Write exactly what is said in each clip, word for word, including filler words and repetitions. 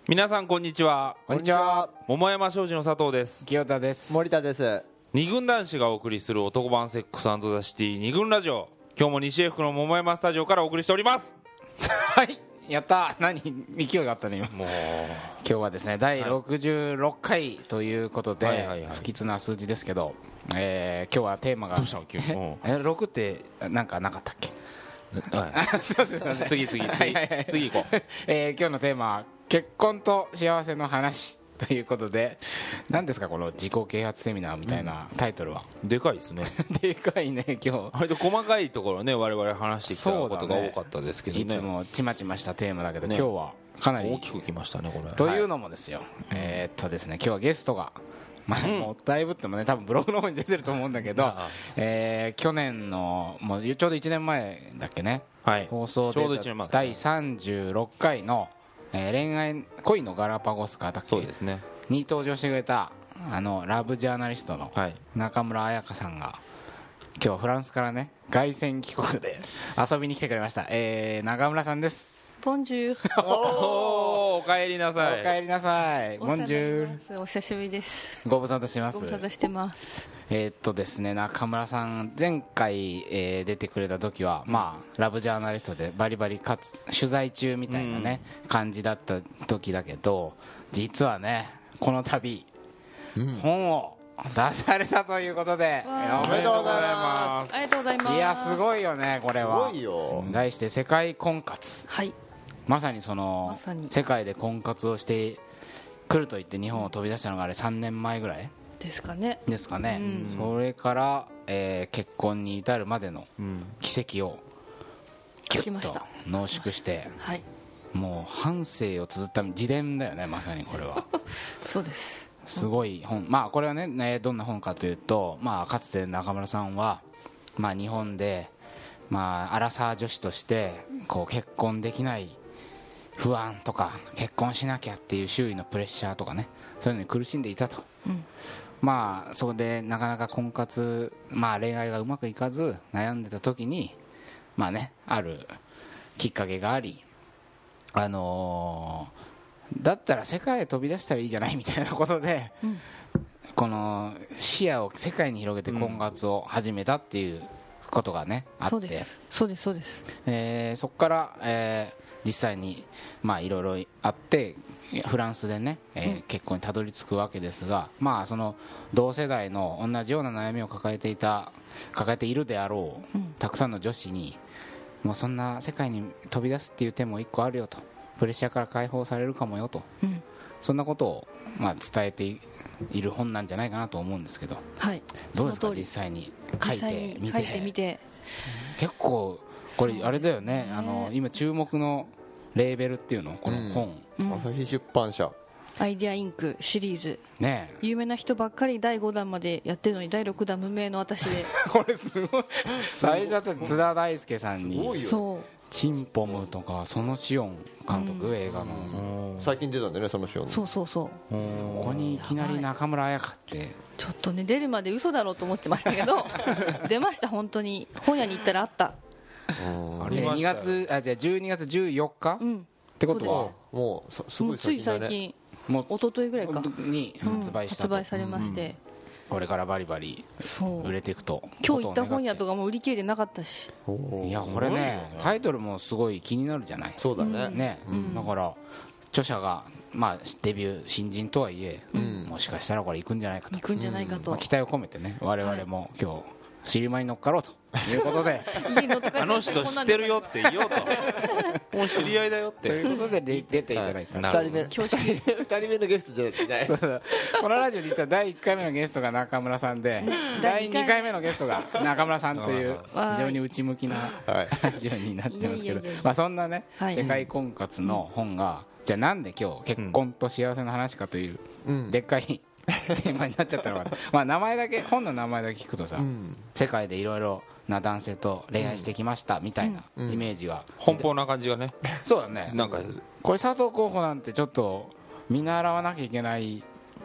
皆さんこんにちは。 こんにちは。 桃山商事の佐藤です。 清田です。 森田です。 二軍男子がお送りする男版セックス&ザシティ二軍ラジオ、今日も西英福の桃山スタジオからお送りしております。 はい、やったー。何勢いがあったね今。 もう今日はですねだいろくじゅうろっかいということで、 はいはいはい不吉な数字ですけど、えー、今日はテーマがどうしたの急に。うんえろくってなんかなかったっけ？ はいすいませんすいません。 次次次はいはいはい次行こう。 えー今日のテーマは結婚と幸せの話ということで、何ですかこの自己啓発セミナーみたいなタイトルは。 でかいですね。 でかいね今日。 割と細かいところね、我々話してきたことが多かったですけどね。 いつもちまちましたテーマだけど、 ね今日はかなり大きくきましたねこれ。 というのもですよ、えーっとですね今日はゲストが、まあ、もうだいぶってもね多分ブログの方に出てると思うんだけど、 ああえー去年のもうちょうどいちねんまえだっけね、 はい、 放送ちょうどで一年前だいさんじゅうろっかいの、えー恋愛恋のガラパゴスかだっけそうですね。 に登場してくれたあのラブジャーナリストのはい中村彩香さんが今日はフランスからね凱旋帰国で遊びに来てくれました、えー中村さんです。 ボンジュール。 おー、おかえりなおさい。 かえりなさい。ボンジュール。 お久しぶりです。 ご無沙汰してますご無沙汰してます。 えーっとですね中村さん前回、えー出てくれた時は、まあラブジャーナリストでバリバリかつ取材中みたいなね、感じだった時だけど、実はねこの度、本を出されたということで、 わーおめでとうございまありがとうございます。 す。いやすごいよねこれは。 すごいよ。 題して世界婚活。 はい。 まさにそのまさに世界で婚活をしてくると言って日本を飛び出したのがあれさんねんまえぐらいですかね。 ですかね、 うんそれから、えー結婚に至るまでのうん奇跡をギュッと聞きました濃縮してはい。 もう半生を綴った自伝だよねまさにこれはそうです。 すごい本。まあこれはねねどんな本かというと、まあかつて中村さんは、まあ、日本でまあアラサー女子としてこう結婚できない不安とか結婚しなきゃっていう周囲のプレッシャーとかね、そういうのに苦しんでいたと。 うん。 まあそこでなかなか婚活、まあ恋愛がうまくいかず悩んでた時に、まあねあるきっかけがあり、あのーだったら世界へ飛び出したらいいじゃないみたいなことで、 うんこの視野を世界に広げて婚活を始めたっていうことがね、あってそうで、す。そうですそうです。 えーそこから、えー実際にまあいろいろあってフランスでね、えー結婚にたどり着くわけですが、まあその同世代の同じような悩みを抱えていた抱えているであろう、 うんたくさんの女子にもうそんな世界に飛び出すっていう手も一個あるよと、プレッシャーから解放されるかもよと、 うん。 そんなことをまあ伝えている本なんじゃないかなと思うんですけど、 はい。 どうですかその通り実際に書い実際てみに書いてみて。 て。 結構これあれだよね、 そうですねあの今注目のレーベルっていうのこの本、 うん朝日出版社。 アイデアインクシリーズ。 ね有名な人ばっかりだいごだんまでやってるのにだいろくだん無名の私で。 これすごい最初だって津田大介さんにそう。 チンポムとかそのシオン監督、 うん映画の、 最近出たんだよね、その賞。 そうそうそう。 そこにいきなり中村彩香ってちょっとね出るまで嘘だろうと思ってましたけど出ました本当に。本屋に行ったらあった。 うんありでましたよにがつあじゃあじゅうにがつじゅうよっか、っうん。 てことはもうさすごいもうつい最近だね。 最近もう一昨日ぐらいか。 に発売したと、 うん発売されまして、 これからバリバリそう売れていくと今日行った本屋とかかも売り切れてなかったし。 おーいやこれねタイトルもすごい気になるじゃないそうだね。 ね、 んだから著者が、まあ、デビュー新人とはいえ、 んもしかしたらこれ行くんじゃないかと行、くんじゃないかと、 まあ、期待を込めてね我々も今日尻間に乗っかろうということで家に乗って帰ってあの人知ってるよって言おうと。もう知り合いだよっといて。 うことでで出ていただいた、 なるほど二人目、二人目、二人目のゲストじゃない。 そうそうこのラジオ実はだいいっかいめのゲストが中村さんでだいにかいめのゲストが中村さんというわーい非常に内向きなはい。 ラジオになってますけどいやいやいやいやまあそんなねはい世界婚活の本がじゃあなんで今日結婚と幸せの話かといううんでっかいテーマになっちゃったのかなまあ名前だけ本の名前だけ聞くとさうん。 世界でいろいろな男性と恋愛してきましたみたいなうんイメージが奔放な感じがね。 そうだねなんかこれ佐藤候補なんてちょっと見習わなきゃいけない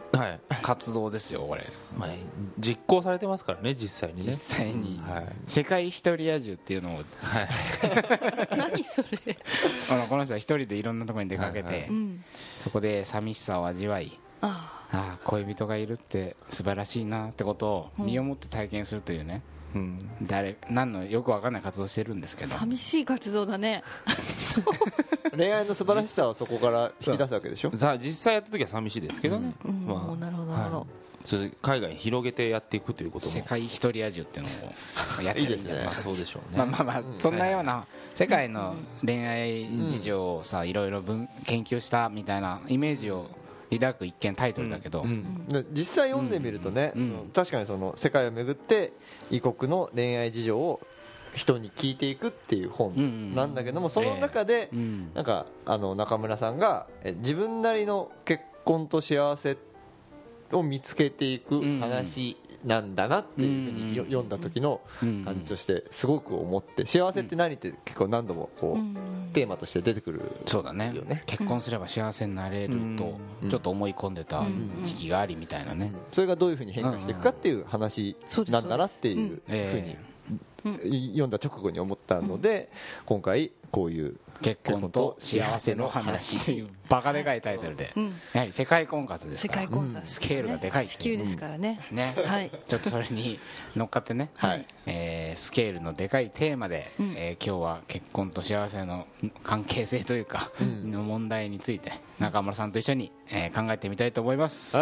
はい、 活動ですよこれ。 まあ、実行されてますからね実際にね。 実際に、 はい、 世界一人野獣っていうのを、はい、 何それあのこの人は一人でいろんなところに出かけて、はいはい、そこで寂しさを味わい、ああ恋人がいるって素晴らしいなってことを身をもって体験するというね、うん、誰何のよく分かんない活動をしてるんですけど、 寂しい活動だね恋愛の素晴らしさをそこから引き出すわけでしょ。 さあ実際やった時は寂しいですけどね、 うん、まあ、なるほどなるほど、はい、 それ海外に広げてやっていくということも世界一人野獣っていうのをやってるんじゃないいいですね。そうでしょうね。 まあまあまあ、そんなような世界の恋愛事情をさいろいろ分研究したみたいなイメージを抱く一見タイトルだけど、 うんうん、実際読んでみるとね、うん、その確かにその世界を巡って異国の恋愛事情を人に聞いていくっていう本なんだけども、その中でなんかあの中村さんが自分なりの結婚と幸せを見つけていく話なんだなっていうふうに読んだ時の感じとしてすごく思って、幸せって何って結構何度もこうテーマとして出てくるよね。 そうだね、結婚すれば幸せになれるとちょっと思い込んでた時期がありみたいなね、 それがどういうふうに変化していくかっていう話なんだなっていうふうに読んだ直後に思ったので、今回こういう結婚と幸せの話というバカでかいタイトルで、やはり世界婚活ですから、 世界婚活、 スケールがでかい地球ですからね、 ね、はい、ちょっとそれに乗っかってね、はい、えー、スケールのでかいテーマで、うん、えー、今日は結婚と幸せの関係性というか、うん、の問題について中村さんと一緒に、えー、考えてみたいと思います。 はい、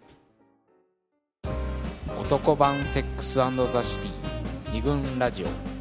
男版セックス&ザシティ二軍ラジオ。